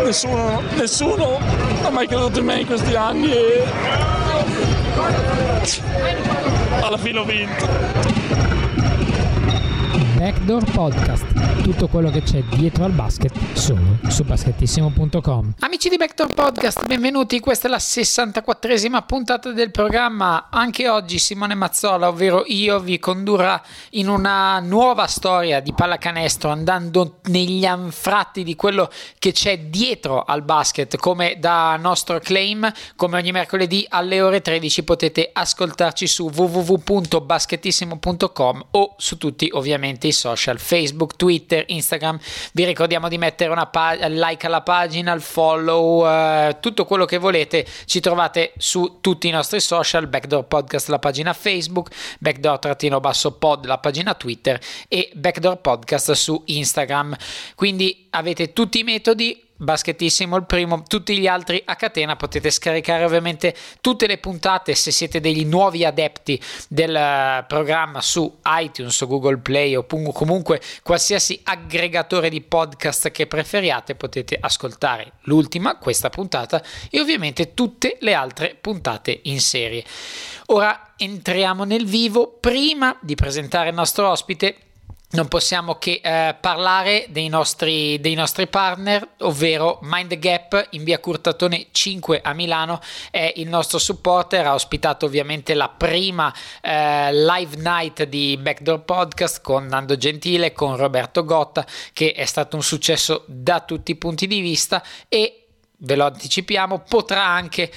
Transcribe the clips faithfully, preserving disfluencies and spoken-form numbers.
nessuno, nessuno ha mai creduto in me in questi anni e alla fine ho vinto. Backdoor Podcast, tutto quello che c'è dietro al basket solo su basketissimo punto com. Amici di Backdoor Podcast, benvenuti, questa è la sessantaquattresima puntata del programma. Anche oggi Simone Mazzola, ovvero io, vi condurrà in una nuova storia di pallacanestro, andando negli anfratti di quello che c'è dietro al basket. Come da nostro claim, come ogni mercoledì alle ore tredici potete ascoltarci su w w w punto basketissimo punto com o su tutti ovviamente i social, Facebook, Twitter, Instagram. Vi ricordiamo di mettere una pag- like alla pagina, il follow, eh, tutto quello che volete. Ci trovate su tutti i nostri social, Backdoor Podcast la pagina Facebook, Backdoor-pod la pagina Twitter e Backdoor Podcast su Instagram. Quindi avete tutti i metodi. Basketissimo il primo, tutti gli altri a catena. Potete scaricare ovviamente tutte le puntate se siete degli nuovi adepti del programma su iTunes o Google Play o comunque qualsiasi aggregatore di podcast che preferiate. Potete ascoltare l'ultima, questa puntata, e ovviamente tutte le altre puntate in serie. Ora entriamo nel vivo. Prima di presentare il nostro ospite non possiamo che eh, parlare dei nostri, dei nostri partner, ovvero Mind the Gap in via Curtatone cinque a Milano. È il nostro supporter, ha ospitato ovviamente la prima eh, live night di Backdoor Podcast con Nando Gentile, con Roberto Gotta, che è stato un successo da tutti i punti di vista, e ve lo anticipiamo, potrà anche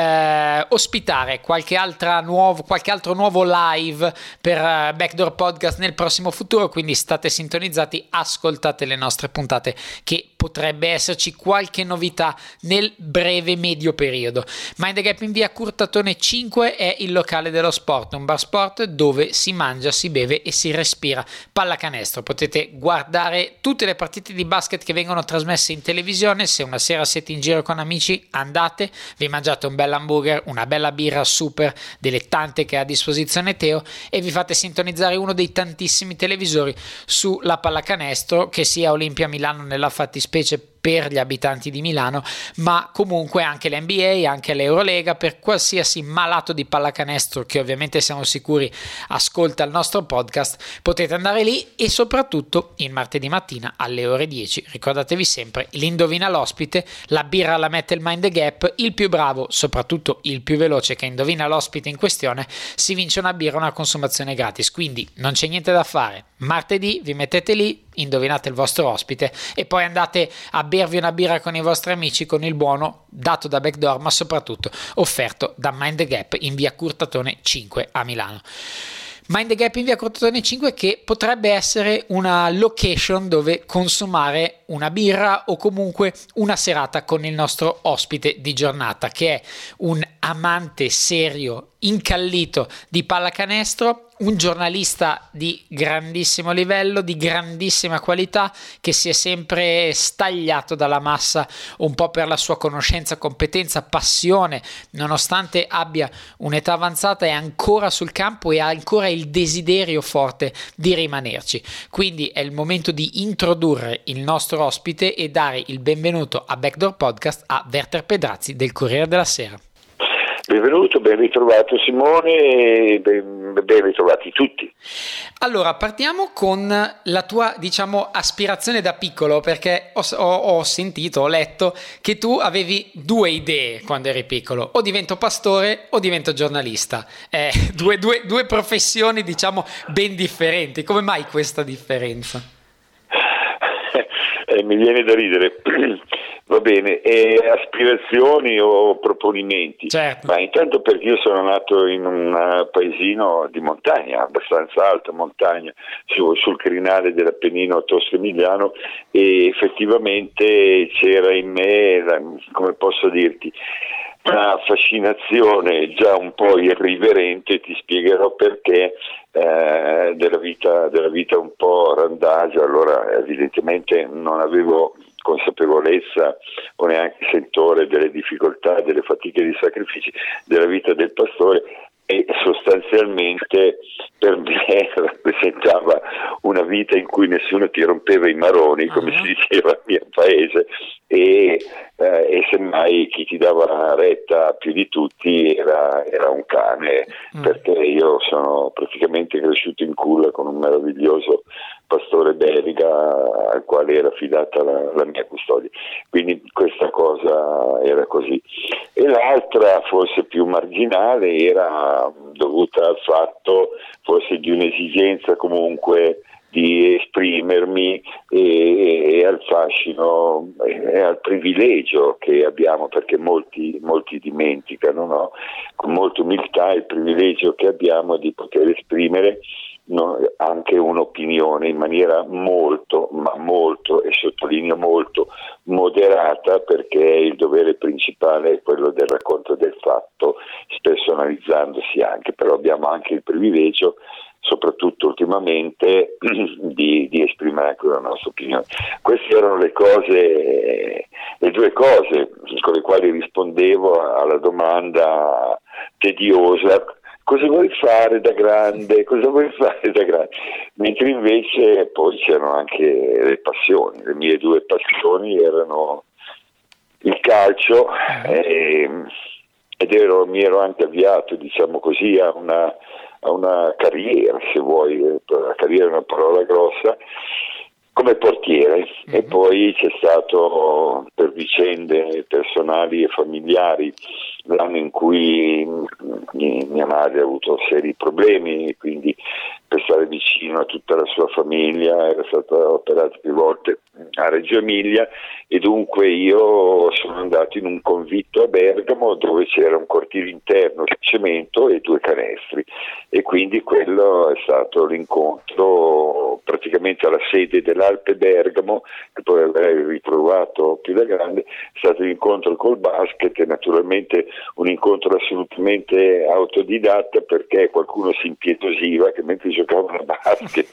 eh, ospitare qualche altra nuovo, qualche altro nuovo live per uh, Backdoor Podcast nel prossimo futuro, quindi state sintonizzati, ascoltate le nostre puntate che potrebbe esserci qualche novità nel breve medio periodo. Mind the Gap in via Curtatone cinque è il locale dello sport, un bar sport dove si mangia, si beve e si respira pallacanestro. Potete guardare tutte le partite di basket che vengono trasmesse in televisione. Se una sera siete in giro con amici, andate, vi mangiate un bel hamburger, una bella birra super, delle tante che ha a disposizione Teo, e vi fate sintonizzare uno dei tantissimi televisori sulla pallacanestro, che sia Olimpia Milano nella fattispecie per gli abitanti di Milano, ma comunque anche l'N B A, anche l'Eurolega, per qualsiasi malato di pallacanestro che ovviamente siamo sicuri ascolta il nostro podcast. Potete andare lì, e soprattutto il martedì mattina alle ore dieci ricordatevi sempre l'indovina l'ospite, la birra la mette il Mind the Gap, il più bravo, soprattutto il più veloce che indovina l'ospite in questione, si vince una birra, una consumazione gratis. Quindi non c'è niente da fare, martedì vi mettete lì, indovinate il vostro ospite e poi andate a bervi una birra con i vostri amici con il buono dato da Backdoor, ma soprattutto offerto da Mind the Gap in via Curtatone cinque a Milano. Mind the Gap in via Curtatone cinque, che potrebbe essere una location dove consumare una birra o comunque una serata con il nostro ospite di giornata, che è un amante serio, incallito di pallacanestro, un giornalista di grandissimo livello, di grandissima qualità, che si è sempre stagliato dalla massa un po' per la sua conoscenza, competenza, passione, nonostante abbia un'età avanzata, è ancora sul campo e ha ancora il desiderio forte di rimanerci. Quindi è il momento di introdurre il nostro ospite e dare il benvenuto a Backdoor Podcast a Werther Pedrazzi del Corriere della Sera. Benvenuto, ben ritrovato Simone e ben, ben ritrovati tutti. Allora, partiamo con la tua, diciamo, aspirazione da piccolo, perché ho, ho, ho sentito, ho letto che tu avevi due idee quando eri piccolo: o divento pastore o divento giornalista. Eh, due, due, due professioni, diciamo, ben differenti. Come mai questa differenza? Eh, mi viene da ridere. Va bene, e aspirazioni o proponimenti? Certo. Ma intanto perché io sono nato in un paesino di montagna, abbastanza alta montagna, su, sul crinale dell'Appennino tosco-emiliano, e effettivamente c'era in me, come posso dirti, una fascinazione già un po' irriverente, ti spiegherò perché, eh, della vita, della vita un po' randagia. Allora evidentemente non avevo consapevolezza o neanche sentore delle difficoltà, delle fatiche e dei sacrifici della vita del pastore, e sostanzialmente per me rappresentava una vita in cui nessuno ti rompeva i maroni, come si diceva al mio paese, e, eh, e semmai chi ti dava retta più di tutti era, era un cane, mm. perché io sono praticamente cresciuto in culla con un meraviglioso pastore belga al quale era affidata la, la mia custodia, quindi questa cosa era così. E l'altra, forse più marginale, era dovuta al fatto forse di un'esigenza comunque di esprimermi e, e al fascino e al privilegio che abbiamo, perché molti, molti dimenticano, no? Con molta umiltà il privilegio che abbiamo di poter esprimere, no, anche un'opinione in maniera molto, ma molto, e sottolineo molto, moderata, perché il dovere principale è quello del racconto del fatto, spesso analizzandosi anche, però abbiamo anche il privilegio, soprattutto ultimamente, di, di esprimere anche la nostra opinione. Queste erano le cose, le due cose con le quali rispondevo alla domanda tediosa: cosa vuoi fare da grande? Cosa vuoi fare da grande? Mentre invece poi c'erano anche le passioni. Le mie due passioni erano il calcio e, ed ero, mi ero anche avviato, diciamo così, a una, a una carriera, se vuoi, la carriera è una parola grossa, come portiere. Mm-hmm. E poi c'è stato, per vicende personali e familiari, l'anno in cui mia madre ha avuto seri problemi, quindi per stare vicino a tutta la sua famiglia era stata operata più volte a Reggio Emilia, e dunque io sono andato in un convitto a Bergamo dove c'era un cortile interno di cemento e due canestri, e quindi quello è stato l'incontro praticamente alla sede dell'Alpe Bergamo, che poi avrei ritrovato più da grande. È stato l'incontro col basket, e naturalmente un incontro assolutamente autodidatta, perché qualcuno si impietosiva che mentre giocavano a basket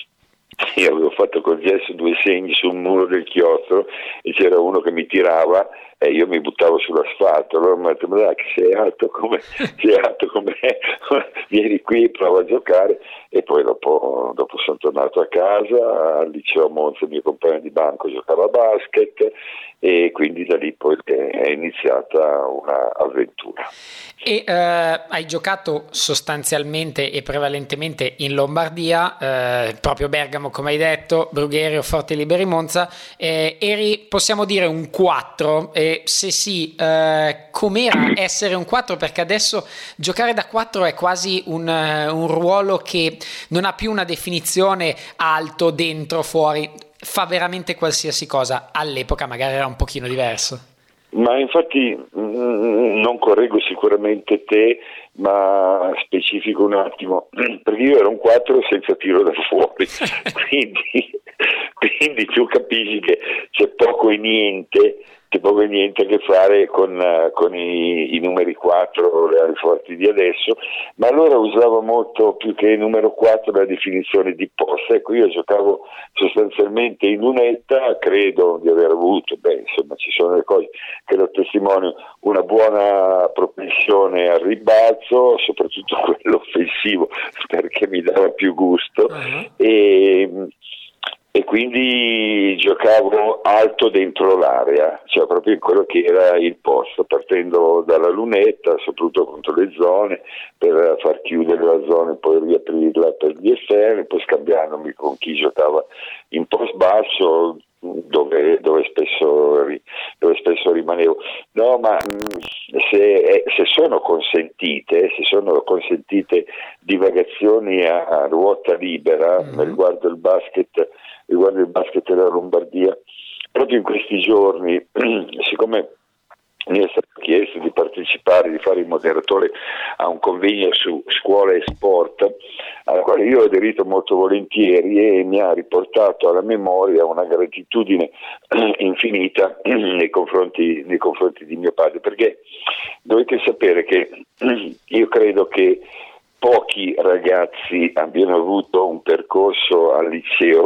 io avevo fatto col gesso due segni sul muro del chiostro e c'era uno che mi tirava e io mi buttavo sull'asfalto. Allora mi ha detto: ma dai, che sei alto come sei alto come vieni qui, prova a giocare. E poi dopo, dopo sono tornato a casa, al liceo a Monza il mio compagno di banco giocava a basket, e quindi da lì poi è iniziata una avventura. E eh, hai giocato sostanzialmente e prevalentemente in Lombardia, eh, proprio Bergamo come hai detto, Brugherio, Forte Liberi, Monza. Eh, eri, possiamo dire, un quattro, e se sì, eh, com'era essere un quattro? Perché adesso giocare da quattro è quasi un, un ruolo che non ha più una definizione: alto, dentro, fuori, fa veramente qualsiasi cosa. All'epoca magari era un pochino diverso. Ma infatti mh, non correggo sicuramente te, ma specifico un attimo, perché io ero un quattro senza tiro da fuori, quindi, quindi tu capisci che c'è poco e niente, c'è poco e niente a che fare con, uh, con i, i numeri quattro, le ali forti di adesso, ma allora usavo molto più che numero quattro la definizione di posta. Ecco, io giocavo sostanzialmente in lunetta, credo di aver avuto, beh insomma ci sono le cose che lo testimoniano, una buona propensione al ribalzo, soprattutto quello offensivo, perché mi dava più gusto, uh-huh. e E quindi giocavo alto dentro l'area, cioè proprio in quello che era il posto, partendo dalla lunetta, soprattutto contro le zone, per far chiudere la zona e poi riaprirla per gli esterni, poi scambiandomi con chi giocava in post basso, dove, dove, spesso, dove spesso rimanevo. No, ma se, se sono consentite, se sono consentite divagazioni a, a ruota libera, mm-hmm. riguardo il basket, riguardo il basket della Lombardia, proprio in questi giorni, siccome mi è stato chiesto di partecipare, di fare il moderatore a un convegno su scuola e sport, alla quale io ho aderito molto volentieri, e mi ha riportato alla memoria una gratitudine infinita nei confronti, nei confronti di mio padre, perché dovete sapere che io credo che pochi ragazzi abbiano avuto un percorso al liceo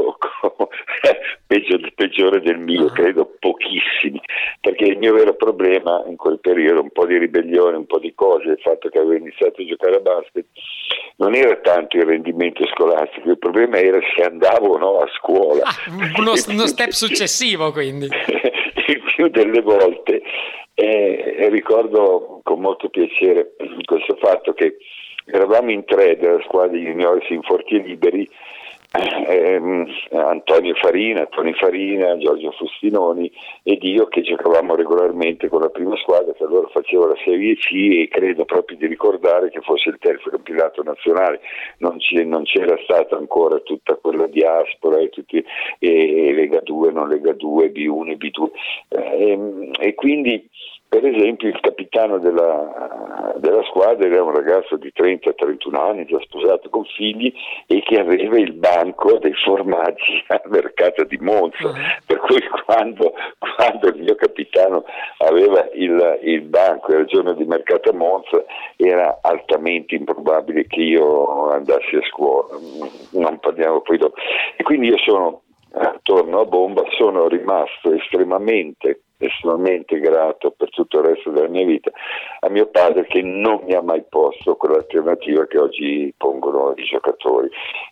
peggio, peggiore del mio, credo pochissimi, perché il mio vero problema in quel periodo, un po' di ribellione, un po' di cose, il fatto che avevo iniziato a giocare a basket, non era tanto il rendimento scolastico, il problema era se andavo o no a scuola. Ah, uno, uno step successivo, quindi. Il più delle volte, eh, e ricordo con molto piacere questo fatto che eravamo in tre della squadra di juniores in Forti e Liberi, ehm, Antonio Farina, Toni Farina, Giorgio Fustinoni ed io, che giocavamo regolarmente con la prima squadra, che allora faceva la Serie C, e credo proprio di ricordare che fosse il terzo campionato nazionale, non, c- non c'era stata ancora tutta quella diaspora e, tutti, e Lega due, non Lega due, B uno e B due, e, e quindi per esempio il capitano della, della squadra era un ragazzo di trenta trentuno anni, già sposato con figli, e che aveva il banco dei formaggi al mercato di Monza, uh-huh. Per cui quando, quando il mio capitano aveva il, il banco il giorno di mercato a Monza, era altamente improbabile che io andassi a scuola, non parliamo poi dopo. E quindi io sono, eh, torno a bomba, sono rimasto estremamente estremamente grato per tutto il resto della mia vita a mio padre, che non mi ha mai posto quell'alternativa che oggi pongono i giocatori.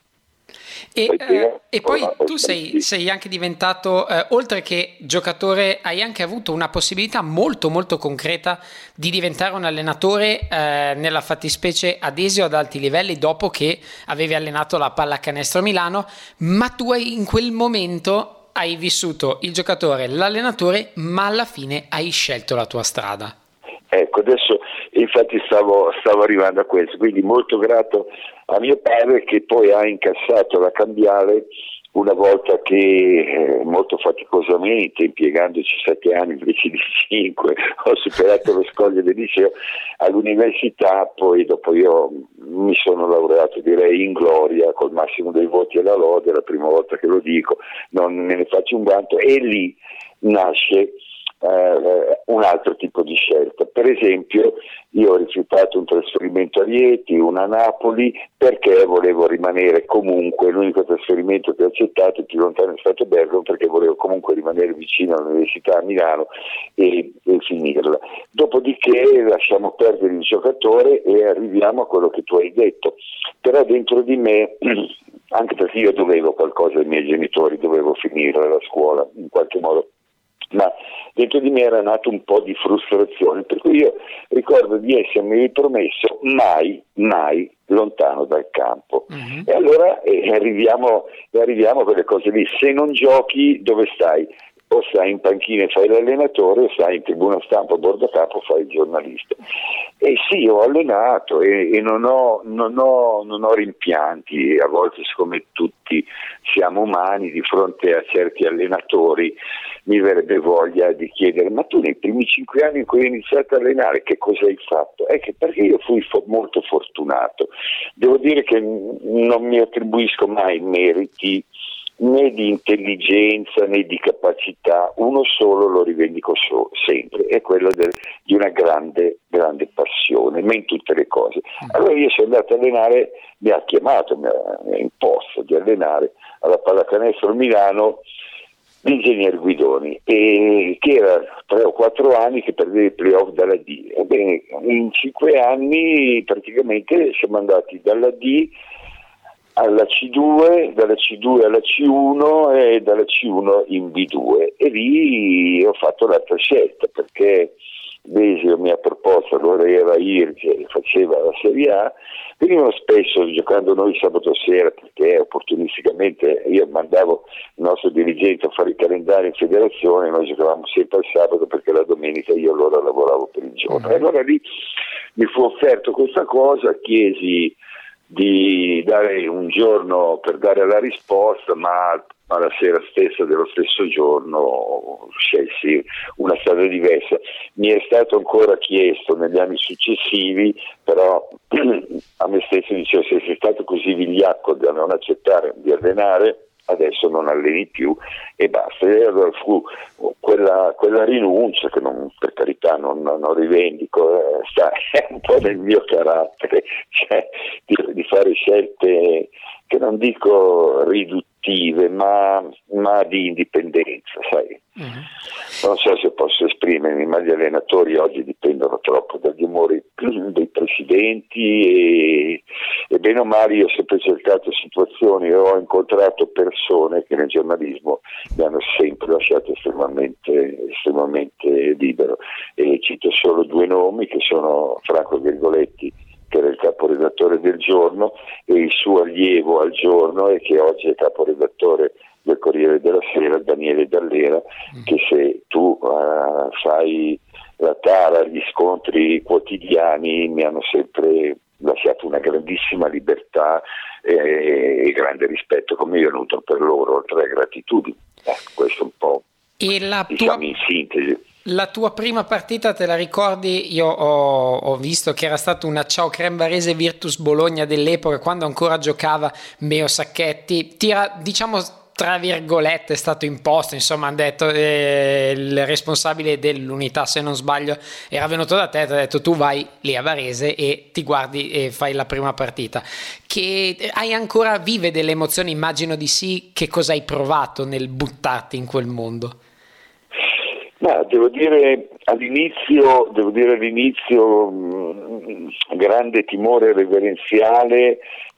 E, eh, e poi tu sei, sei anche diventato, eh, oltre che giocatore, hai anche avuto una possibilità molto molto concreta di diventare un allenatore, eh, nella fattispecie ad Desio ad alti livelli, dopo che avevi allenato la Pallacanestro Milano, ma tu hai, in quel momento hai vissuto il giocatore, l'allenatore, ma alla fine hai scelto la tua strada. Ecco, adesso infatti stavo, stavo arrivando a questo, quindi molto grato a mio padre, che poi ha incassato la cambiale una volta che eh, molto faticosamente, impiegandoci sette anni invece di cinque, ho superato lo scoglio del liceo. All'università poi dopo io mi sono laureato, direi in gloria, col massimo dei voti alla lode, la prima volta che lo dico, non me ne faccio un vanto, e lì nasce Uh, un altro tipo di scelta. Per esempio, io ho rifiutato un trasferimento a Rieti, una a Napoli, perché volevo rimanere comunque, l'unico trasferimento che ho accettato, il più lontano è stato Bergamo, perché volevo comunque rimanere vicino all'università a Milano e, e finirla. Dopodiché lasciamo perdere il giocatore e arriviamo a quello che tu hai detto. Però dentro di me, anche perché io dovevo qualcosa ai miei genitori, dovevo finire la scuola in qualche modo, ma dentro di me era nato un po' di frustrazione, per cui io ricordo di essermi ripromesso mai, mai lontano dal campo. Uh-huh. E allora eh, arriviamo, arriviamo a quelle cose lì: se non giochi, dove stai? O stai in panchina e fai l'allenatore, o stai in tribuna stampa a bordo campo e fai il giornalista. E sì, ho allenato e, e non, ho, non, ho, non ho rimpianti. A volte, siccome tutti siamo umani, di fronte a certi allenatori mi verrebbe voglia di chiedere: ma tu nei primi cinque anni in cui hai iniziato a allenare che cosa hai fatto? È che perché io fui fo- molto fortunato. Devo dire che non mi attribuisco mai meriti né di intelligenza né di capacità, uno solo lo rivendico so, sempre, è quello del, di una grande, grande passione, ma in tutte le cose. Allora io sono andato a allenare, mi ha chiamato, mi ha, mi ha imposto di allenare alla Pallacanestro Milano l'ingegner Guidoni, e che era tre o quattro anni che perdeva i playoff dalla D. Ebbene, in cinque anni praticamente siamo andati dalla D alla C due, dalla C due alla C uno e dalla C uno in B due, e lì ho fatto l'altra scelta, perché Desio mi ha proposto, allora era I R che faceva la Serie A, venivano spesso giocando noi sabato sera, perché opportunisticamente io mandavo il nostro dirigente a fare i calendari in federazione, noi giocavamo sempre il sabato perché la domenica io allora lavoravo per il giorno. E allora lì mi fu offerto questa cosa, chiesi di dare un giorno per dare la risposta, ma alla sera stessa dello stesso giorno scelsi una strada diversa. Mi è stato ancora chiesto negli anni successivi, però a me stesso dicevo: se sei stato così vigliacco da non accettare di allenare, adesso non alleni più e basta. E allora fu quella, quella rinuncia, che non, per carità non, non rivendico, eh, sta, è un po' nel mio carattere, cioè di, di fare scelte che non dico riduttive, sportive, ma, ma di indipendenza, sai. Mm-hmm. Non so se posso esprimermi, ma gli allenatori oggi dipendono troppo dagli umori dei presidenti e, e bene o male io ho sempre cercato situazioni e ho incontrato persone che nel giornalismo mi hanno sempre lasciato estremamente, estremamente libero, e cito solo due nomi che sono Franco Grigoletti, che era il caporedattore del Giorno, e il suo allievo al Giorno e che oggi è caporedattore del Corriere della Sera, Daniele Dall'Era, mm. che se tu uh, fai la tara, gli scontri quotidiani, mi hanno sempre lasciato una grandissima libertà e, e grande rispetto, come io ho avuto per loro, oltre a gratitudine. Eh, questo un po' e la diciamo tua... in sintesi. La tua prima partita te la ricordi? Io ho, ho visto che era stata una Ciao Cremvarese Virtus Bologna dell'epoca, quando ancora giocava Meo Sacchetti. Tira, diciamo tra virgolette, è stato imposto, insomma hanno detto eh, il responsabile dell'unità, se non sbaglio, era venuto da te, ti ha detto tu vai lì a Varese e ti guardi e fai la prima partita. Che hai ancora vive delle emozioni, immagino di sì. Che cosa hai provato nel buttarti in quel mondo? Ma devo dire all'inizio, devo dire all'inizio mh, grande timore reverenziale,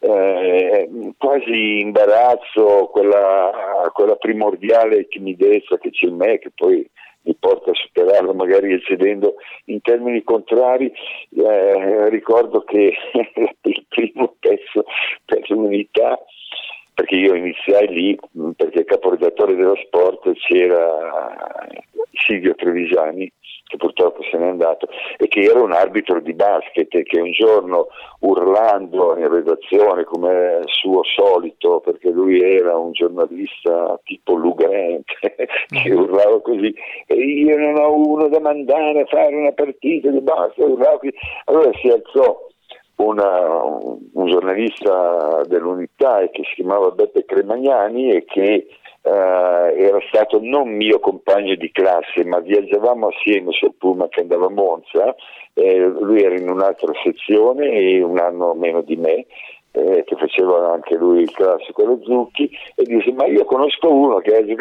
eh, quasi imbarazzo, quella, quella primordiale timidezza che c'è in me, che poi mi porta a superarlo magari eccedendo in termini contrari. Eh, ricordo che il primo pezzo per l'unità, perché io iniziai lì perché caporedattore dello sport c'era Silvio Trevisani, che purtroppo se n'è andato, e che era un arbitro di basket e che un giorno, urlando in redazione come suo solito, perché lui era un giornalista tipo Lugarente che urlava così, e io non ho uno da mandare a fare una partita di basket, urlava così. Allora si alzò Una, un giornalista dell'Unità che si chiamava Beppe Cremagnani e che uh, era stato non mio compagno di classe, ma viaggiavamo assieme sul pullman che andava a Monza. Eh, lui era in un'altra sezione e un anno meno di me, eh, che faceva anche lui il classico allo Zucchi, e disse: ma io conosco uno che ha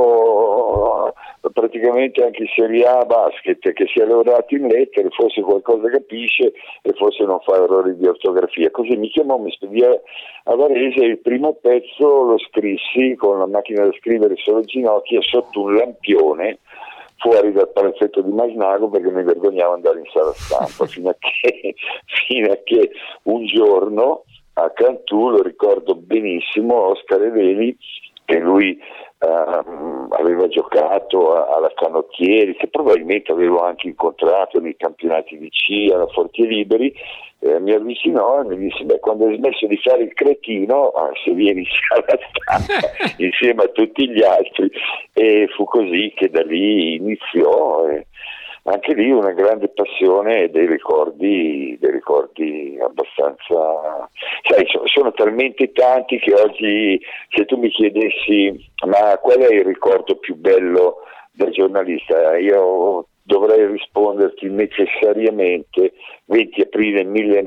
giocato praticamente anche in Serie A basket, che si è laureato in lettere, forse qualcosa capisce e forse non fa errori di ortografia. Così mi chiamò, mi spedì a Varese, e il primo pezzo lo scrissi con la macchina da scrivere sulle ginocchia sotto un lampione fuori dal palazzetto di Masnago, perché mi vergognavo andare in sala stampa fino a che, fino a che un giorno a Cantù, lo ricordo benissimo, Oscar Eveli, che lui uh, aveva giocato a, alla Canottieri, che probabilmente avevo anche incontrato nei campionati di C I A, alla Forti e Liberi, eh, mi avvicinò e mi disse: beh, quando hai smesso di fare il cretino, ah, se vieni alla stampa insieme a tutti gli altri. E fu così che da lì iniziò. Eh, anche lì una grande passione e dei ricordi, dei ricordi abbastanza, sai, sono talmente tanti che oggi, se tu mi chiedessi ma qual è il ricordo più bello da giornalista, io dovrei risponderti necessariamente venti aprile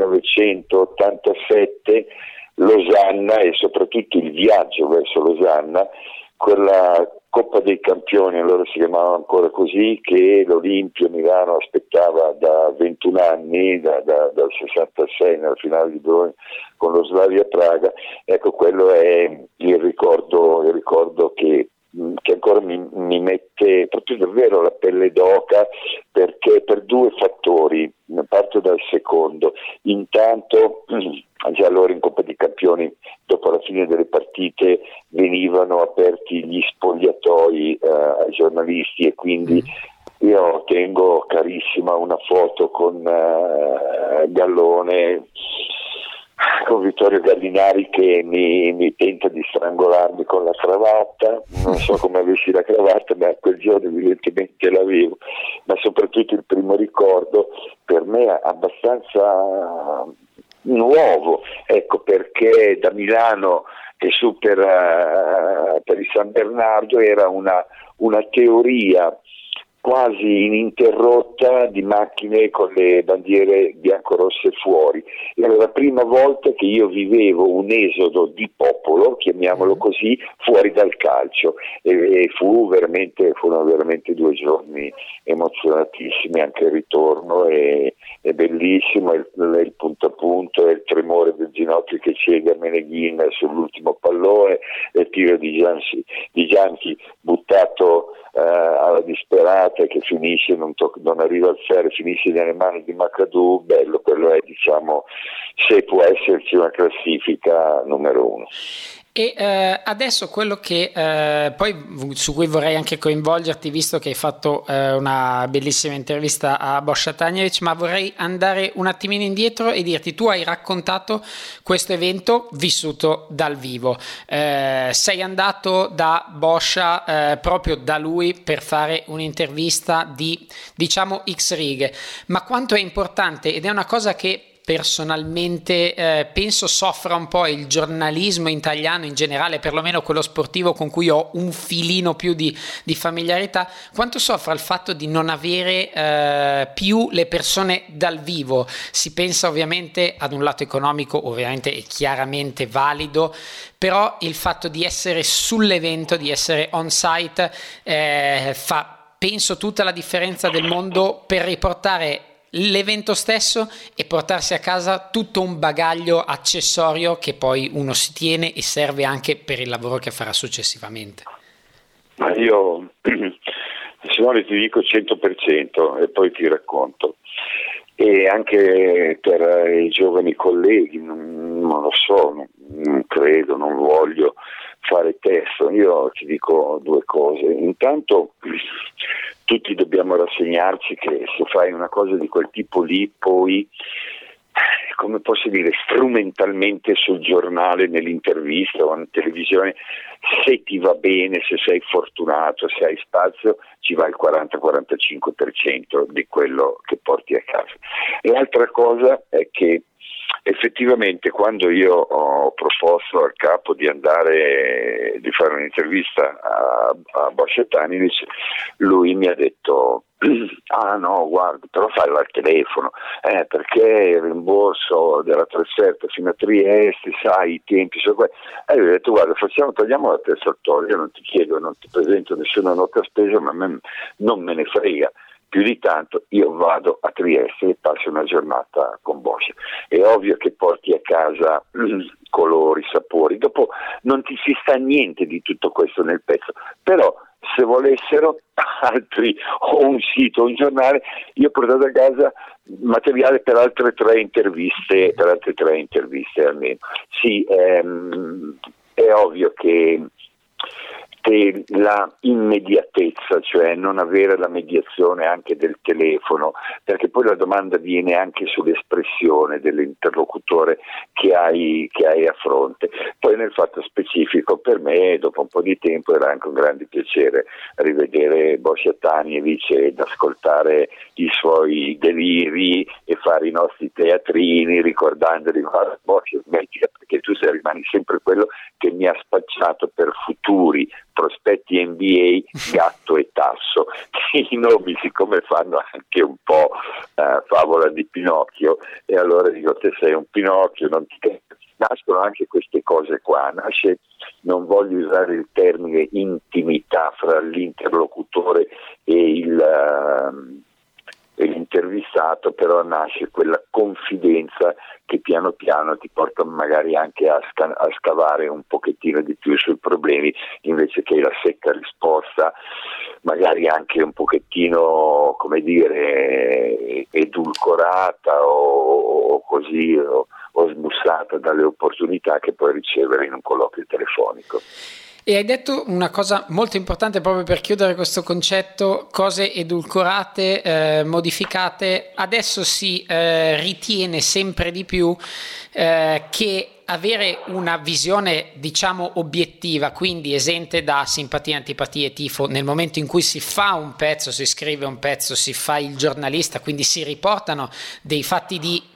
millenovecentottantasette, Losanna, e soprattutto il viaggio verso Losanna, quella Coppa dei Campioni, allora si chiamava ancora così, che l'Olimpia Milano aspettava da ventuno anni, da, da, dal sessantasei nella finale di Bologna con lo Slavia Praga. Ecco, quello è il ricordo, il ricordo che, che ancora mi, mi mette proprio davvero la pelle d'oca, perché per due fattori. Parto dal secondo. Intanto già allora in Coppa dei Campioni, dopo la fine delle partite, venivano aperti gli spogliatoi eh, ai giornalisti, e quindi io tengo carissima una foto con eh, Gallone, con Vittorio Gallinari che mi, mi tenta di strangolarmi con la cravatta. Non so come avessi la cravatta, ma quel giorno evidentemente l'avevo. Ma soprattutto il primo ricordo per me è abbastanza nuovo, ecco, perché da Milano e su per, uh, per il San Bernardo era una, una teoria quasi ininterrotta di macchine con le bandiere biancorosse fuori. Era la prima volta che io vivevo un esodo di popolo, chiamiamolo così, fuori dal calcio, e, e fu veramente, furono veramente due giorni emozionatissimi, anche il ritorno è, è bellissimo, il, il punto a punto, il tremore del ginocchio che cede a Meneghin sull'ultimo pallone, il tiro di Gianchi, di Gianchi buttato Uh, alla disperata che finisce, non, to- non arriva al ferro, finisce nelle mani di Macadou. Bello, quello è, diciamo, se può esserci una classifica numero uno. E eh, adesso quello che eh, poi su cui vorrei anche coinvolgerti, visto che hai fatto eh, una bellissima intervista a Borja Tanjevic, ma vorrei andare un attimino indietro e dirti: tu hai raccontato questo evento vissuto dal vivo, eh, sei andato da Borja, eh, proprio da lui, per fare un'intervista di, diciamo, X righe, ma quanto è importante, ed è una cosa che personalmente eh, penso soffra un po' il giornalismo italiano in generale, perlomeno quello sportivo con cui ho un filino più di, di familiarità, quanto soffra il fatto di non avere eh, più le persone dal vivo. Si pensa ovviamente ad un lato economico, ovviamente è chiaramente valido, però il fatto di essere sull'evento, di essere on site, eh, fa, penso, tutta la differenza del mondo per riportare l'evento stesso e portarsi a casa tutto un bagaglio accessorio che poi uno si tiene e serve anche per il lavoro che farà successivamente. Ma io, Simone, ti dico cento per cento e poi ti racconto. E anche per i giovani colleghi, non, non lo so, non, non credo, non voglio fare testo. Io ti dico due cose. Intanto tutti dobbiamo rassegnarci che se fai una cosa di quel tipo lì, poi, come posso dire, strumentalmente sul giornale, nell'intervista o in televisione, se ti va bene, se sei fortunato, se hai spazio, ci va il quaranta quarantacinque per cento di quello che porti a casa. L'altra cosa è che effettivamente quando io ho proposto al capo di andare, di fare un'intervista a, a Borja Tanjevic, lui mi ha detto: ah no, guarda, però fallo al telefono, eh, perché il rimborso della trasferta fino a Trieste, sai, i tempi sono quelli. E io ho detto: guarda, facciamo, togliamo la testa al toro, io non ti chiedo, non ti presento nessuna nota spesa, ma a me non me ne frega più di tanto, io vado a Trieste e passo una giornata con Borja. È ovvio che porti a casa mm, colori, sapori, dopo non ti si sta niente di tutto questo nel pezzo, però se volessero altri o un sito o un giornale, io ho portato a casa materiale per altre tre interviste, per altre tre interviste almeno. Sì, ehm, è ovvio che la immediatezza, cioè non avere la mediazione anche del telefono, perché poi la domanda viene anche sull'espressione dell'interlocutore che hai, che hai a fronte. Poi nel fatto specifico, per me dopo un po' di tempo era anche un grande piacere rivedere Borja Tanjevic ed ascoltare i suoi deliri e fare i nostri teatrini ricordandoli: guarda Borja, smettila, perché tu sei, rimani sempre quello che mi ha spacciato per futuri prospetti N B A, Gatto e Tasso. I nomi, siccome fanno anche un po' eh, favola di Pinocchio, e allora dico: te sei un Pinocchio, non ti nascono anche queste cose qua, nasce, non voglio usare il termine intimità fra l'interlocutore e il uh, e l'intervistato, però nasce quella confidenza che piano piano ti porta magari anche a, sca- a scavare un pochettino di più sui problemi, invece che la secca risposta magari anche un pochettino, come dire, edulcorata o, o così o, o smussata dalle opportunità che puoi ricevere in un colloquio telefonico. E hai detto una cosa molto importante proprio per chiudere questo concetto: cose edulcorate, eh, modificate. Adesso si eh, ritiene sempre di più eh, che avere una visione, diciamo, obiettiva, quindi esente da simpatie, antipatie, tifo, nel momento in cui si fa un pezzo, si scrive un pezzo, si fa il giornalista, quindi si riportano dei fatti di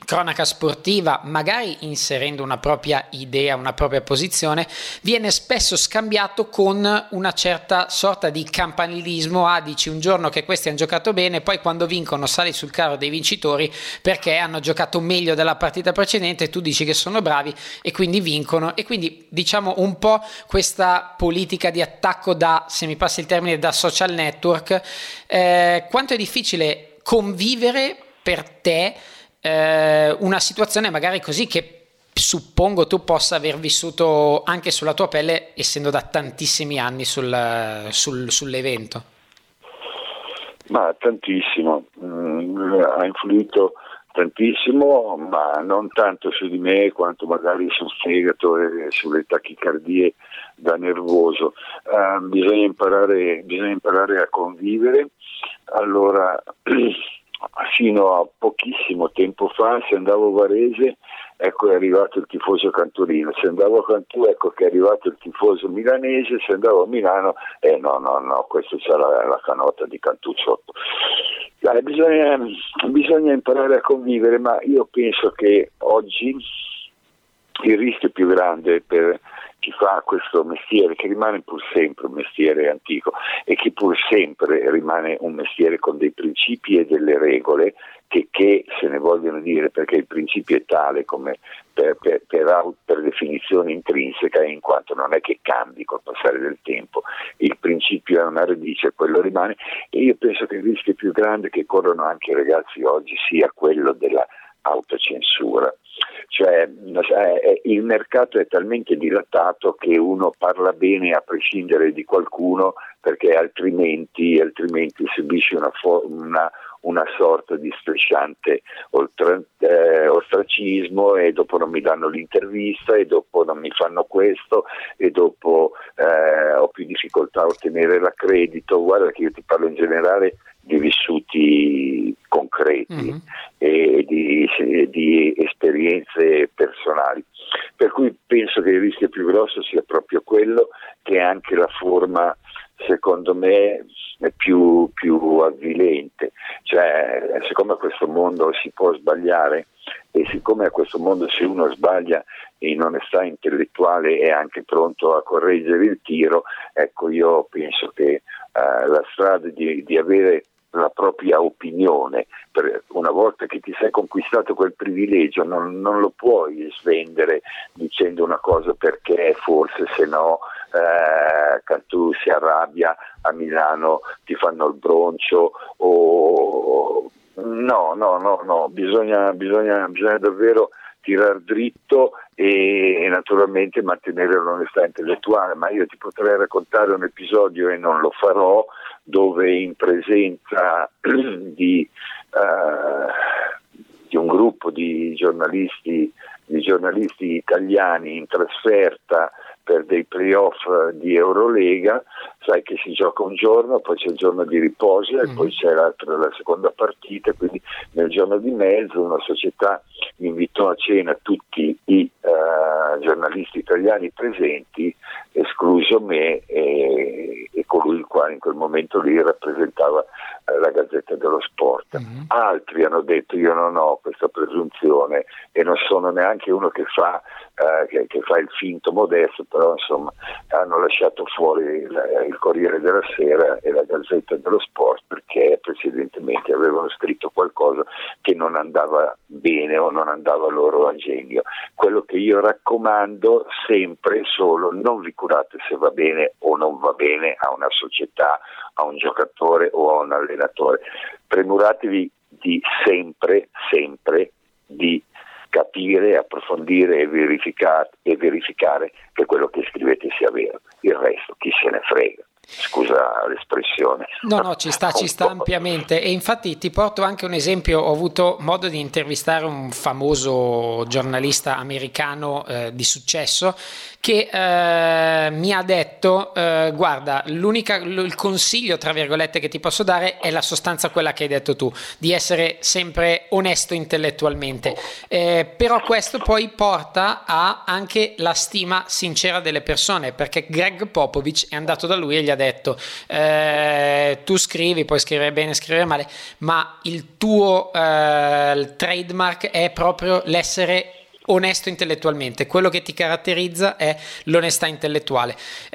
cronaca sportiva, magari inserendo una propria idea, una propria posizione, viene spesso scambiato con una certa sorta di campanilismo. Ah, dici un giorno che questi hanno giocato bene, poi quando vincono sali sul carro dei vincitori perché hanno giocato meglio della partita precedente, tu dici che sono bravi e quindi vincono, e quindi diciamo un po' questa politica di attacco da, se mi passi il termine, da social network. Eh, quanto è difficile convivere per te Eh, una situazione magari così, che suppongo tu possa aver vissuto anche sulla tua pelle, essendo da tantissimi anni sul, sul, sull'evento? Ma tantissimo, mm, ha influito tantissimo, ma non tanto su di me quanto magari sul fegato e sulle tachicardie da nervoso. Uh, bisogna imparare, bisogna imparare a convivere. Allora fino a pochissimo tempo fa, se andavo a Varese, ecco è arrivato il tifoso cantorino, se andavo a Cantù, ecco che è arrivato il tifoso milanese, se andavo a Milano, eh no, no, no, questo c'è la, la canotta di Cantù sotto. Dai, bisogna, bisogna imparare a convivere, ma io penso che oggi il rischio più grande per chi fa questo mestiere, che rimane pur sempre un mestiere antico e che pur sempre rimane un mestiere con dei principi e delle regole che, che se ne vogliono dire, perché il principio è tale come per, per, per, per definizione intrinseca, in quanto non è che cambi col passare del tempo, il principio è una radice, quello rimane, e io penso che il rischio più grande che corrono anche i ragazzi oggi sia quello della autocensura. Cioè il mercato è talmente dilatato che uno parla bene a prescindere di qualcuno, perché altrimenti, altrimenti subisce una, una, una sorta di strisciante oltre, eh, ostracismo, e dopo non mi danno l'intervista, e dopo non mi fanno questo, e dopo eh, ho più difficoltà a ottenere l'accredito. Guarda che io ti parlo in generale di vissuti concreti, mm-hmm. e di, di esperienze personali, per cui penso che il rischio più grosso sia proprio quello, che è anche la forma, secondo me, è più, più avvilente. Cioè, siccome a questo mondo si può sbagliare, e siccome a questo mondo se uno sbaglia in onestà intellettuale è anche pronto a correggere il tiro, ecco, io penso che uh, la strada di, di avere la propria opinione, per una volta che ti sei conquistato quel privilegio, non, non lo puoi svendere dicendo una cosa perché forse se no eh, Cantù si arrabbia, a Milano ti fanno il broncio, o no, no, no, no, bisogna, bisogna, bisogna davvero tirar dritto e, e naturalmente mantenere l'onestà intellettuale. Ma io ti potrei raccontare un episodio, e non lo farò, dove in presenza di, uh, di un gruppo di giornalisti, di giornalisti italiani in trasferta per dei playoff di Eurolega, sai che si gioca un giorno, poi c'è il giorno di riposo e mm. poi c'è l'altra, la seconda partita, quindi nel giorno di mezzo una società invitò a cena tutti i uh, giornalisti italiani presenti, escluso me e, e colui il quale in quel momento lì rappresentava uh, la Gazzetta dello Sport. Mm. Altri hanno detto: io non ho questa presunzione e non sono neanche uno che fa, uh, che, che fa il finto modesto, però insomma hanno lasciato fuori il, il Corriere della Sera e la Gazzetta dello Sport perché precedentemente avevano scritto qualcosa che non andava bene o non andava loro a genio. Quello che io raccomando sempre solo: non vi curate se va bene o non va bene a una società, a un giocatore o a un allenatore. Premuratevi di sempre, sempre di capire, approfondire e verificare, e verificare che quello che scrivete sia vero. Il resto chi se ne frega. Scusa l'espressione. No, no, ci sta, ci sta ampiamente. E infatti ti porto anche un esempio. Ho avuto modo di intervistare un famoso giornalista americano eh, di successo che eh, mi ha detto eh, guarda, l'unica, il consiglio tra virgolette che ti posso dare è la sostanza, quella che hai detto tu, di essere sempre onesto intellettualmente, eh, però questo poi porta a anche la stima sincera delle persone, perché Greg Popovich è andato da lui e gli ha detto eh, tu scrivi, puoi scrivere bene, scrivere male, ma il tuo eh, il trademark è proprio l'essere onesto intellettualmente. Quello che ti caratterizza è l'onestà intellettuale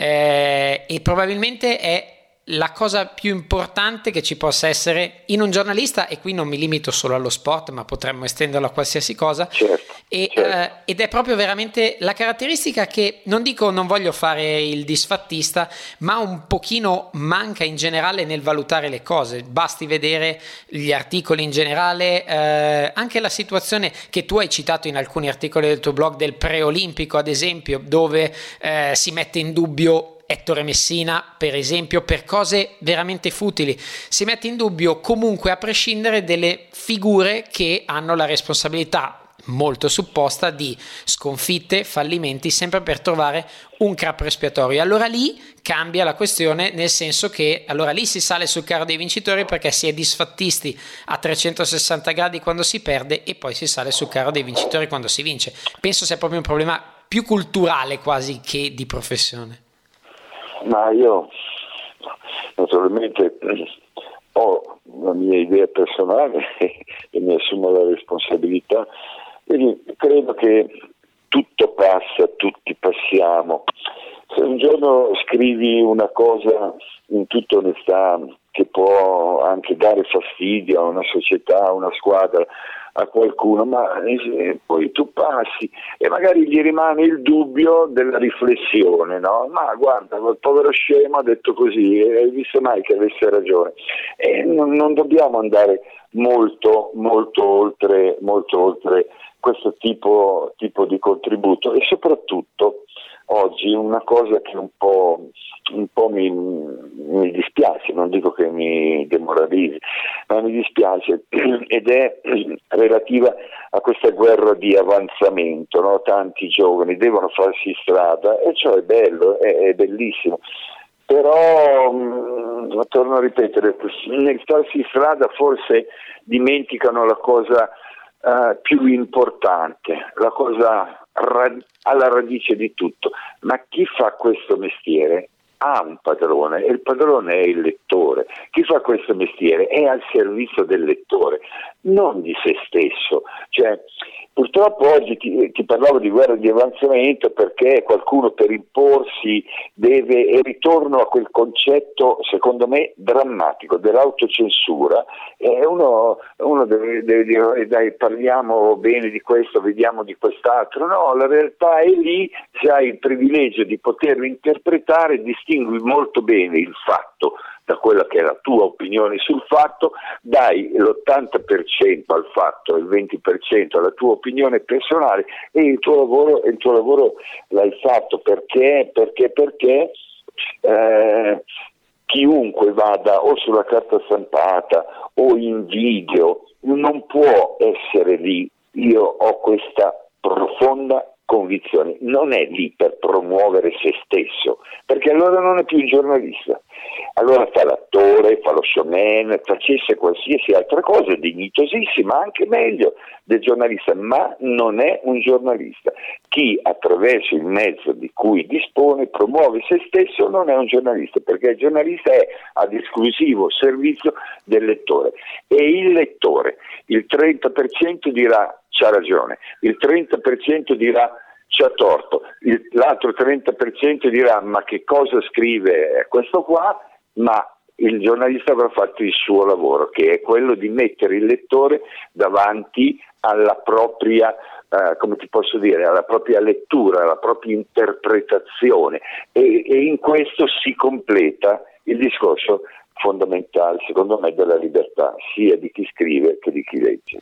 eh, e probabilmente è la cosa più importante che ci possa essere in un giornalista, e qui non mi limito solo allo sport, ma potremmo estenderlo a qualsiasi cosa. Certo, e, certo. Eh, ed è proprio veramente la caratteristica che, non dico, non voglio fare il disfattista, ma un pochino manca in generale nel valutare le cose. Basti vedere gli articoli in generale, eh, anche la situazione che tu hai citato in alcuni articoli del tuo blog del preolimpico, ad esempio, dove eh, si mette in dubbio Ettore Messina, per esempio, per cose veramente futili. Si mette in dubbio comunque, a prescindere, delle figure che hanno la responsabilità molto supposta di sconfitte, fallimenti, sempre per trovare un capro espiatorio. Allora lì cambia la questione, nel senso che allora lì si sale sul carro dei vincitori, perché si è disfattisti a trecentosessanta gradi quando si perde, e poi si sale sul carro dei vincitori quando si vince. Penso sia proprio un problema più culturale quasi che di professione. Ma io naturalmente ho la mia idea personale e mi assumo la responsabilità, quindi credo che tutto passa, tutti passiamo. Se un giorno scrivi una cosa in tutta onestà che può anche dare fastidio a una società, a una squadra, a qualcuno, ma eh, poi tu passi e magari gli rimane il dubbio della riflessione, no? Ma guarda, quel povero scemo ha detto così, e hai visto mai che avesse ragione? E non, non dobbiamo andare molto, molto oltre, molto oltre questo tipo, tipo di contributo, e soprattutto oggi una cosa che un po', un po' mi, mi dispiace, non dico che mi demoralizzi, ma mi dispiace, ed è relativa a questa guerra di avanzamento, no? Tanti giovani devono farsi strada, e ciò è bello, è, è bellissimo, però mh, torno a ripetere, nel farsi strada forse dimenticano la cosa Uh, più importante, la cosa ra- alla radice di tutto. Ma chi fa questo mestiere ha un padrone, e il padrone è il lettore. Chi fa questo mestiere è al servizio del lettore, non di se stesso. Cioè, purtroppo oggi ti, ti parlavo di guerra di avanzamento perché qualcuno, per imporsi, deve, e ritorno a quel concetto secondo me drammatico dell'autocensura, e uno, uno deve, deve dire dai, parliamo bene di questo, vediamo di quest'altro. No, la realtà è lì, se hai il privilegio di poterlo interpretare, distingui molto bene il fatto da quella che è la tua opinione sul fatto, dai l'ottanta per cento al fatto, il venti per cento alla tua opinione personale, e il tuo lavoro, il tuo lavoro l'hai fatto. Perché? Perché? Perché eh, chiunque vada o sulla carta stampata o in video non può essere lì. Io ho questa profonda convinzione, non è lì per promuovere se stesso, perché allora non è più un giornalista, allora fa l'attore, fa lo showman, facesse qualsiasi altra cosa dignitosissima, anche meglio del giornalista, ma non è un giornalista. Chi attraverso il mezzo di cui dispone promuove se stesso non è un giornalista, perché il giornalista è ad esclusivo servizio del lettore, e il lettore, il trenta per cento dirà c'ha ragione, il trenta per cento dirà c'ha torto, il, l'altro trenta per cento dirà ma che cosa scrive questo qua, ma il giornalista avrà fatto il suo lavoro, che è quello di mettere il lettore davanti alla propria, eh, come ti posso dire, alla propria lettura, alla propria interpretazione, e, e in questo si completa il discorso fondamentale, secondo me, della libertà, sia di chi scrive che di chi legge.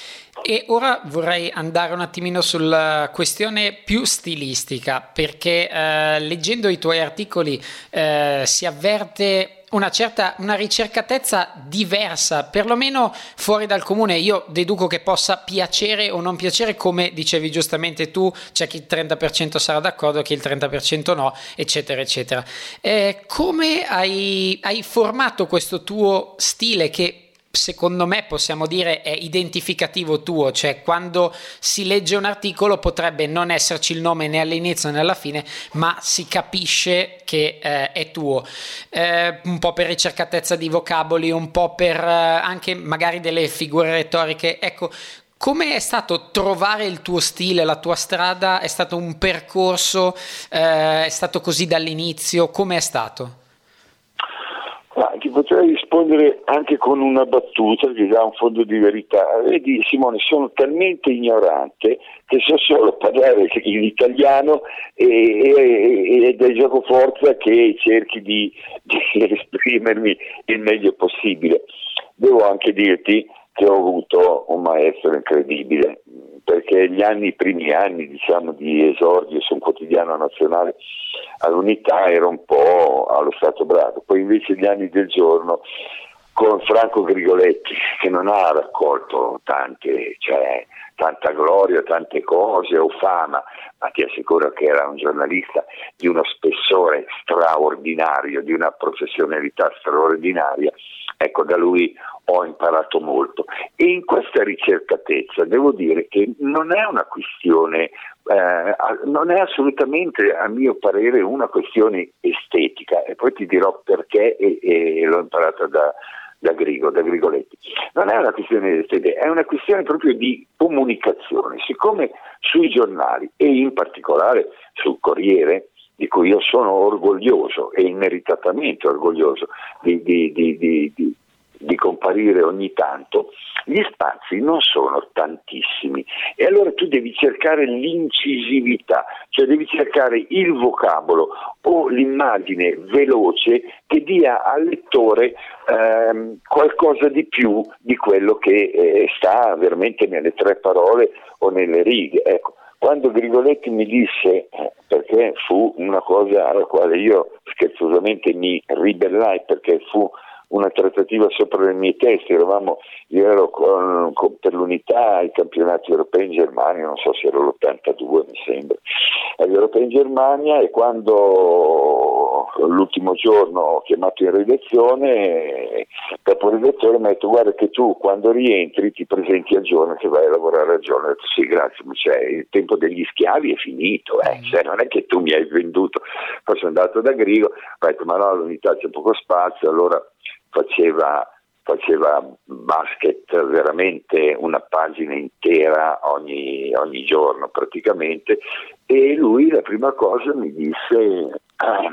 E ora vorrei andare un attimino sulla questione più stilistica, perché eh, leggendo i tuoi articoli eh, si avverte una certa una ricercatezza diversa, perlomeno fuori dal comune. Io deduco che possa piacere o non piacere, come dicevi giustamente tu, c'è chi il trenta per cento sarà d'accordo, chi il trenta per cento no, eccetera eccetera. Eh, come hai, hai formato questo tuo stile che secondo me possiamo dire è identificativo tuo, cioè quando si legge un articolo potrebbe non esserci il nome né all'inizio né alla fine, ma si capisce che eh, è tuo, eh, un po' per ricercatezza di vocaboli, un po' per eh, anche magari delle figure retoriche. Ecco, come è stato trovare il tuo stile, la tua strada? È stato un percorso, eh, è stato così dall'inizio? Come è stato? Ma ti potrei rispondere anche con una battuta che dà un fondo di verità. Vedi Simone, sono talmente ignorante che so solo parlare in italiano e, ed è gioco forza che cerchi di, di esprimermi il meglio possibile. Devo anche dirti che ho avuto un maestro incredibile, perché gli anni, i primi anni diciamo di esordio su un quotidiano nazionale all'Unità era un po' allo Stato Brado, poi invece gli anni del Giorno con Franco Grigoletti, che non ha raccolto tante, cioè tanta gloria, tante cose o fama, ma ti assicuro che era un giornalista di uno spessore straordinario, di una professionalità straordinaria. Ecco, da lui ho imparato molto, e in questa ricercatezza devo dire che non è una questione, eh, non è assolutamente a mio parere una questione estetica, e poi ti dirò perché, e, e l'ho imparata da, da Grigo, da Grigoletti. Non è una questione estetica, è una questione proprio di comunicazione. Siccome sui giornali e in particolare sul Corriere, di cui io sono orgoglioso e immeritatamente orgoglioso di, di, di, di, di, di comparire ogni tanto, gli spazi non sono tantissimi, e allora tu devi cercare l'incisività, cioè devi cercare il vocabolo o l'immagine veloce che dia al lettore ehm, qualcosa di più di quello che eh, sta veramente nelle tre parole o nelle righe. Ecco, quando Grigoletti mi disse, eh, perché fu una cosa alla quale io scherzosamente mi ribellai, perché fu una trattativa sopra le mie teste, eravamo, io ero con, con, per l'Unità ai campionati europei in Germania, non so se era l'ottantadue mi sembra, agli europei in Germania, e quando l'ultimo giorno ho chiamato in redazione, il caporedattore mi ha detto: guarda che tu quando rientri ti presenti al giorno che vai a lavorare al giorno. Ho detto sì, grazie, ma cioè, il tempo degli schiavi è finito, eh. Cioè, non è che tu mi hai venduto. Poi sono andato da Grigo, ho detto ma no, all'Unità c'è poco spazio, allora faceva faceva basket veramente una pagina intera ogni, ogni giorno praticamente, e lui la prima cosa mi disse: ah,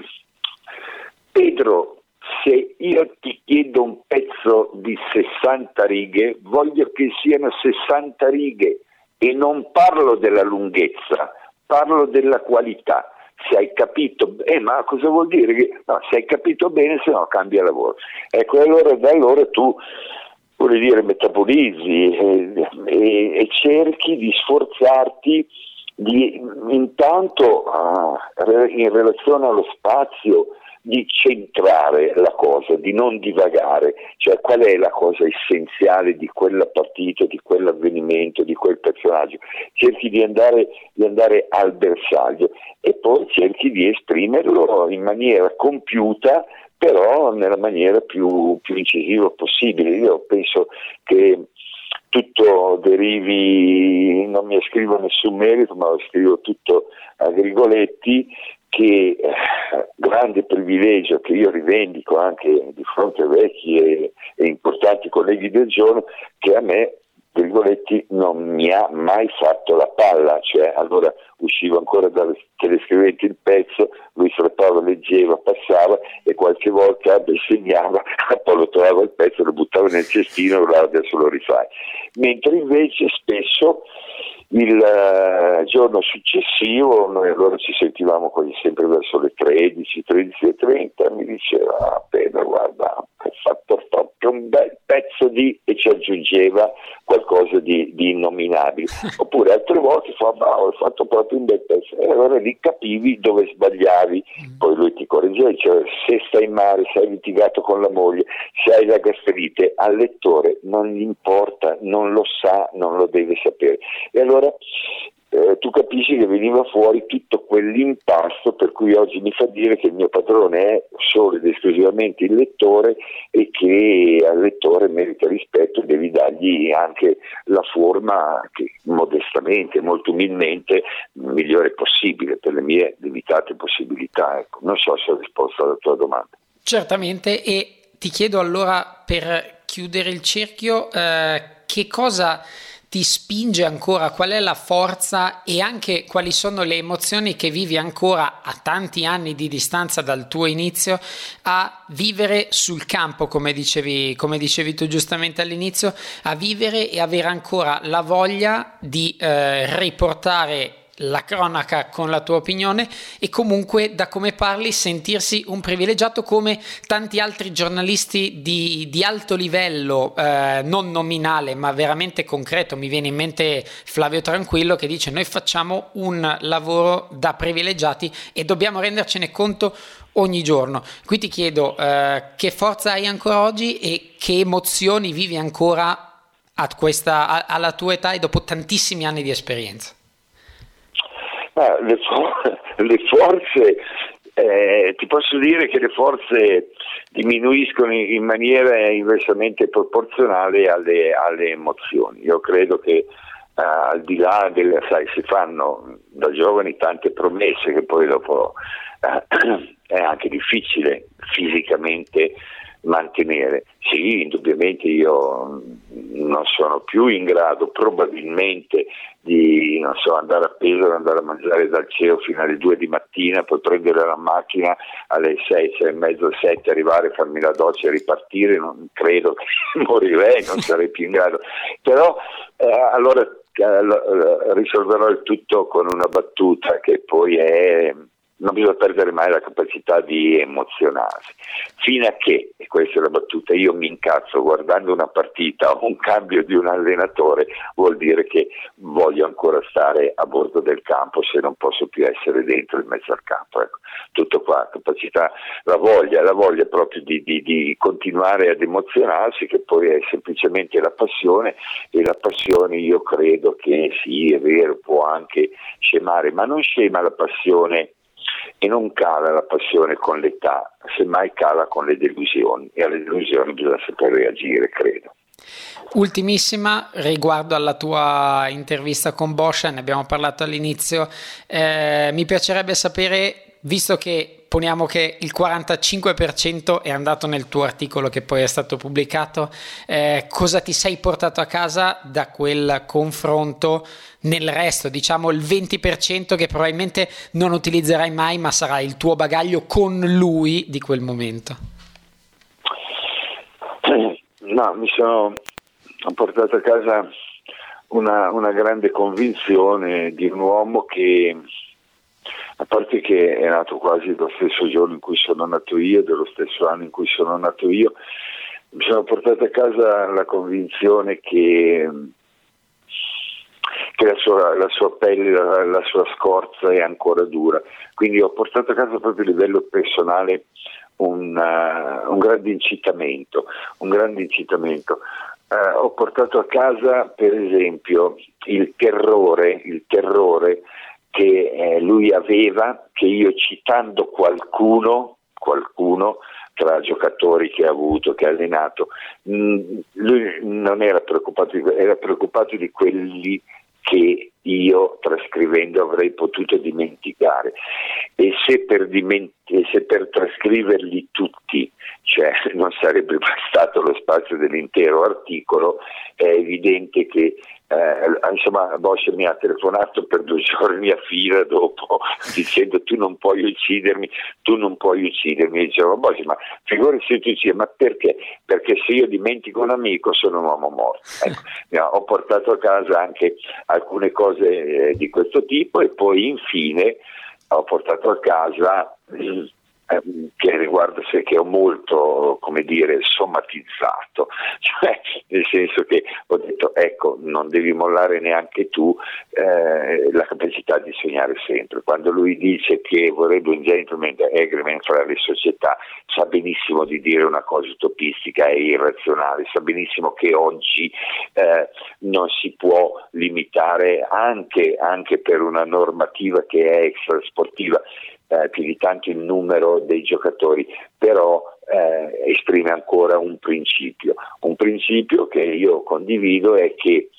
Pedro, se io ti chiedo un pezzo di sessanta righe, voglio che siano sessanta righe, e non parlo della lunghezza, parlo della qualità. Se hai capito, eh, ma cosa vuol dire? Che, no, se hai capito bene, se no cambia lavoro. Ecco, allora da allora tu, vuol dire, metabolizzi e, e, e cerchi di sforzarti di intanto uh, in relazione allo spazio di centrare la cosa, di non divagare, cioè qual è la cosa essenziale di quella partita, di quell'avvenimento, di quel personaggio. Cerchi di andare, di andare al bersaglio e poi cerchi di esprimerlo in maniera compiuta, però nella maniera più, più incisiva possibile. Io penso che tutto derivi, non mi ascrivo nessun merito, ma lo scrivo tutto a Grigoletti, che eh, grande privilegio che io rivendico anche di fronte a vecchi e, e importanti colleghi del giorno, che a me Grigoletti non mi ha mai fatto la palla, cioè allora usciva ancora dalle telescriventi il pezzo, lui strappava, leggeva, passava e qualche volta bestemmiava, poi lo trovava il pezzo, lo buttava nel cestino e allora adesso lo rifai. Mentre invece spesso il uh, giorno successivo, noi allora ci sentivamo quasi sempre verso le tredici, tredici e trenta, mi diceva: ah, Pedro, guarda, hai fatto proprio un bel pezzo di, e ci aggiungeva qualcosa di, di innominabile. Oppure altre volte fa: ma ho fatto proprio un bel pezzo, e allora lì capivi dove sbagliavi, poi lui ti correggeva, cioè, se stai male, se hai litigato con la moglie, se hai la gastrite, al lettore non gli importa, non lo sa, non lo deve sapere. E allora eh, tu capisci che veniva fuori tutto quell'impasto per cui oggi mi fa dire che il mio padrone è solo ed esclusivamente il lettore e che al lettore merita rispetto, devi dargli anche la forma che modestamente, molto umilmente, migliore possibile per le mie limitate possibilità. Ecco. Non so se ho risposto alla tua domanda. Certamente, e ti chiedo allora, per chiudere il cerchio, eh, che cosa ti spinge ancora, qual è la forza e anche quali sono le emozioni che vivi ancora a tanti anni di distanza dal tuo inizio a vivere sul campo, come dicevi, come dicevi tu giustamente all'inizio, a vivere e avere ancora la voglia di eh, riportare la cronaca con la tua opinione e comunque, da come parli, sentirsi un privilegiato come tanti altri giornalisti di, di alto livello, eh, non nominale ma veramente concreto. Mi viene in mente Flavio Tranquillo che dice: noi facciamo un lavoro da privilegiati e dobbiamo rendercene conto ogni giorno. Qui ti chiedo eh, che forza hai ancora oggi e che emozioni vivi ancora a questa, a, alla tua età e dopo tantissimi anni di esperienza. Ah, le, for- le forze, eh, ti posso dire che le forze diminuiscono in, in maniera inversamente proporzionale alle, alle emozioni. Io credo che eh, al di là del, sai, si fanno da giovani tante promesse che poi dopo eh, è anche difficile fisicamente mantenere. Sì, indubbiamente io non sono più in grado probabilmente di, non so, andare a Pesaro, andare a mangiare dal C E O fino alle due di mattina, poi prendere la macchina alle sei, sei e mezzo, sette, arrivare, farmi la doccia e ripartire. Non credo che morirei, non sarei più in grado. Però eh, allora eh, risolverò il tutto con una battuta che poi è: non bisogna perdere mai la capacità di emozionarsi, fino a che, e questa è la battuta, io mi incazzo guardando una partita o un cambio di un allenatore, vuol dire che voglio ancora stare a bordo del campo se non posso più essere dentro in mezzo al campo. Ecco, tutto qua, capacità, la voglia, la voglia proprio di, di, di continuare ad emozionarsi, che poi è semplicemente la passione, e la passione io credo che sì, è vero, può anche scemare, ma non scema la passione e non cala la passione con l'età, semmai cala con le delusioni, e alle delusioni bisogna saper reagire, credo. Ultimissima, riguardo alla tua intervista con Bosch, ne abbiamo parlato all'inizio, eh, mi piacerebbe sapere, visto che poniamo che il quarantacinque per cento è andato nel tuo articolo che poi è stato pubblicato, eh, cosa ti sei portato a casa da quel confronto nel resto, diciamo il venti per cento che probabilmente non utilizzerai mai, ma sarà il tuo bagaglio con lui di quel momento? No, mi sono ho portato a casa una, una grande convinzione di un uomo che, a parte che è nato quasi lo stesso giorno in cui sono nato io, dello stesso anno in cui sono nato io, mi sono portato a casa la convinzione che, che la sua, la sua pelle, la, la sua scorza è ancora dura. Quindi ho portato a casa proprio a livello personale un, uh, un grande incitamento, un grande incitamento. Uh, ho portato a casa, per esempio, il terrore, il terrore che eh, lui aveva, che io, citando qualcuno, qualcuno tra giocatori che ha avuto, che ha allenato, mh, lui non era preoccupato di, era preoccupato di quelli che io, trascrivendo, avrei potuto dimenticare, e se per, diment- e se per trascriverli tutti, cioè non sarebbe bastato lo spazio dell'intero articolo, è evidente che eh, insomma Bosch mi ha telefonato per due giorni a fila dopo dicendo: tu non puoi uccidermi, tu non puoi uccidermi. E dicevo: Bosch, ma figurati se tu uccidi, ma perché? Perché se io dimentico un amico sono un uomo morto. Ecco, ho portato a casa anche alcune cose eh, di questo tipo, e poi infine ho portato a casa che riguarda sé, che ho molto, come dire, somatizzato, cioè nel senso che ho detto ecco, non devi mollare neanche tu eh, la capacità di sognare sempre. Quando lui dice che vorrebbe un gentleman agreement fra le società, sa benissimo di dire una cosa utopistica e irrazionale, sa benissimo che oggi eh, non si può limitare anche, anche per una normativa che è extrasportiva Eh, più di tanto il numero dei giocatori, però eh, esprime ancora un principio, un principio che io condivido è che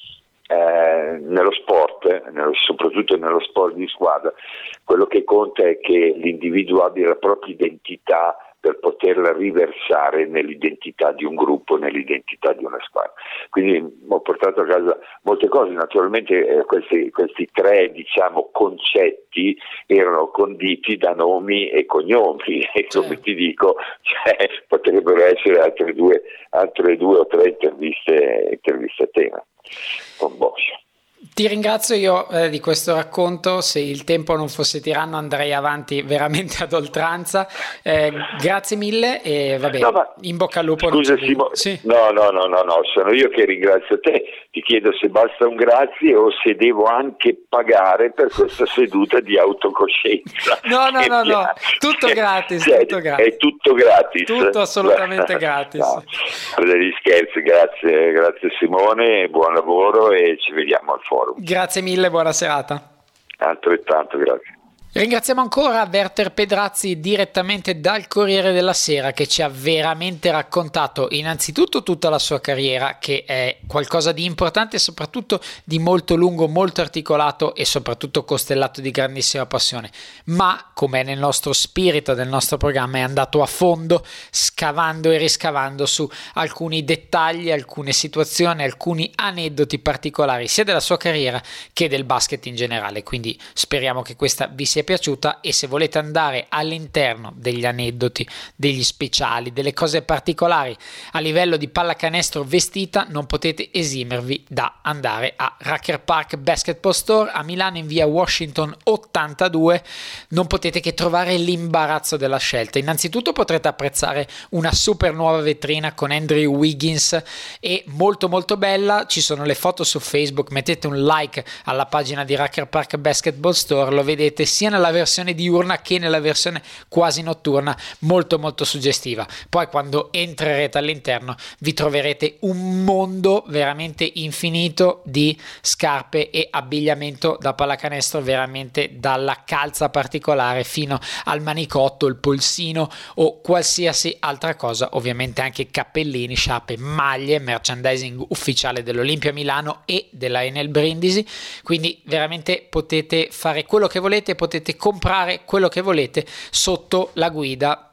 eh, nello sport, nello, soprattutto nello sport di squadra, quello che conta è che l'individuo abbia la propria identità per poterla riversare nell'identità di un gruppo, nell'identità di una squadra. Quindi ho portato a casa molte cose, naturalmente eh, questi, questi tre diciamo concetti erano conditi da nomi e cognomi e come ti dico cioè, potrebbero essere altre due, altre due o tre interviste, interviste a tema con Bosch. Ti ringrazio io eh, di questo racconto, se il tempo non fosse tiranno andrei avanti veramente ad oltranza, eh, grazie mille e vabbè, no, ma, in bocca al lupo. Scusa Simo, sì. no, no, no, no, no, sono io che ringrazio te, ti chiedo se basta un grazie o se devo anche pagare per questa seduta di autocoscienza. No, no, no, no, tutto gratis, cioè, tutto gratis. È tutto gratis. Tutto assolutamente gratis. No, degli scherzi, grazie, grazie Simone, buon lavoro e ci vediamo al forum. Grazie mille, buona serata. Altrettanto, grazie. Ringraziamo ancora Werther Pedrazzi direttamente dal Corriere della Sera, che ci ha veramente raccontato innanzitutto tutta la sua carriera, che è qualcosa di importante e soprattutto di molto lungo, molto articolato e soprattutto costellato di grandissima passione, ma come nel nostro spirito del nostro programma è andato a fondo, scavando e riscavando su alcuni dettagli, alcune situazioni, alcuni aneddoti particolari sia della sua carriera che del basket in generale. Quindi speriamo che questa vi sia piaciuta e se volete andare all'interno degli aneddoti, degli speciali, delle cose particolari a livello di pallacanestro vestita, non potete esimervi da andare a Rucker Park Basketball Store a Milano in via Washington ottantadue. Non potete che trovare l'imbarazzo della scelta. Innanzitutto potrete apprezzare una super nuova vetrina con Andrew Wiggins e molto molto bella, ci sono le foto su Facebook, mettete un like alla pagina di Rucker Park Basketball Store, lo vedete sia nella versione diurna che nella versione quasi notturna, molto molto suggestiva. Poi quando entrerete all'interno vi troverete un mondo veramente infinito di scarpe e abbigliamento da pallacanestro, veramente dalla calza particolare fino al manicotto, il polsino o qualsiasi altra cosa, ovviamente anche cappellini, sciarpe, maglie, merchandising ufficiale dell'Olimpia Milano e della Enel Brindisi. Quindi veramente potete fare quello che volete, potete comprare quello che volete sotto la guida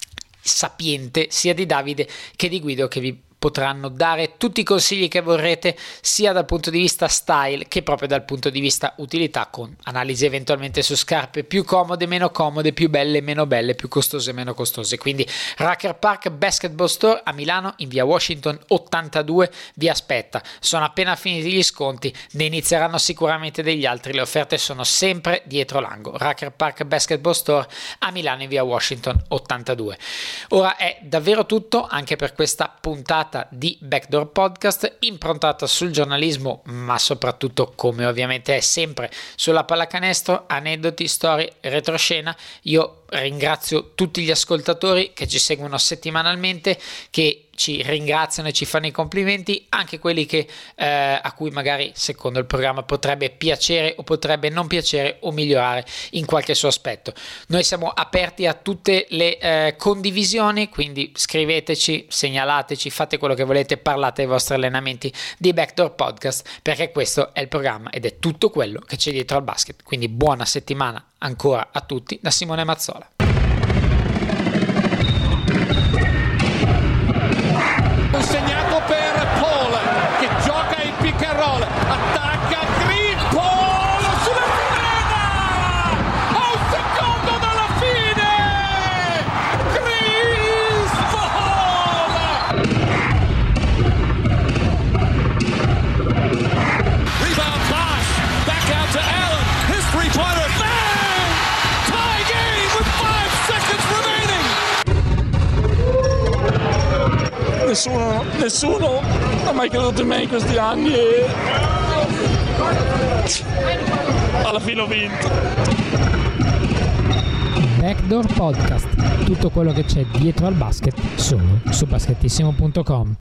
sapiente sia di Davide che di Guido, che vi potranno dare tutti i consigli che vorrete sia dal punto di vista style che proprio dal punto di vista utilità, con analisi eventualmente su scarpe più comode, meno comode, più belle, meno belle, più costose, meno costose. Quindi Rucker Park Basketball Store a Milano in via Washington ottantadue vi aspetta. Sono appena finiti gli sconti, ne inizieranno sicuramente degli altri, le offerte sono sempre dietro l'angolo. Rucker Park Basketball Store a Milano in via Washington ottantadue. Ora è davvero tutto anche per questa puntata di Backdoor Podcast, improntata sul giornalismo ma soprattutto, come ovviamente è sempre, sulla pallacanestro, aneddoti, storie, retroscena. Io ringrazio tutti gli ascoltatori che ci seguono settimanalmente, che ci ringraziano e ci fanno i complimenti, anche quelli che eh, a cui magari secondo il programma potrebbe piacere o potrebbe non piacere o migliorare in qualche suo aspetto. Noi siamo aperti a tutte le eh, condivisioni, quindi scriveteci, segnalateci, fate quello che volete, parlate ai vostri allenamenti di Backdoor Podcast, perché questo è il programma ed è tutto quello che c'è dietro al basket. Quindi buona settimana ancora a tutti da Simone Mazzola. Segnato per Paul che gioca il pick and roll, attacca Green, Paul sulla strada, a un secondo dalla fine, Chris Paul, rebound pass back out to Allen, his three-pointer, bang, tie game with five nessuno, nessuno ha mai creduto in me in questi anni e alla fine ho vinto. Backdoor Podcast, tutto quello che c'è dietro al basket solo su basketissimo punto com.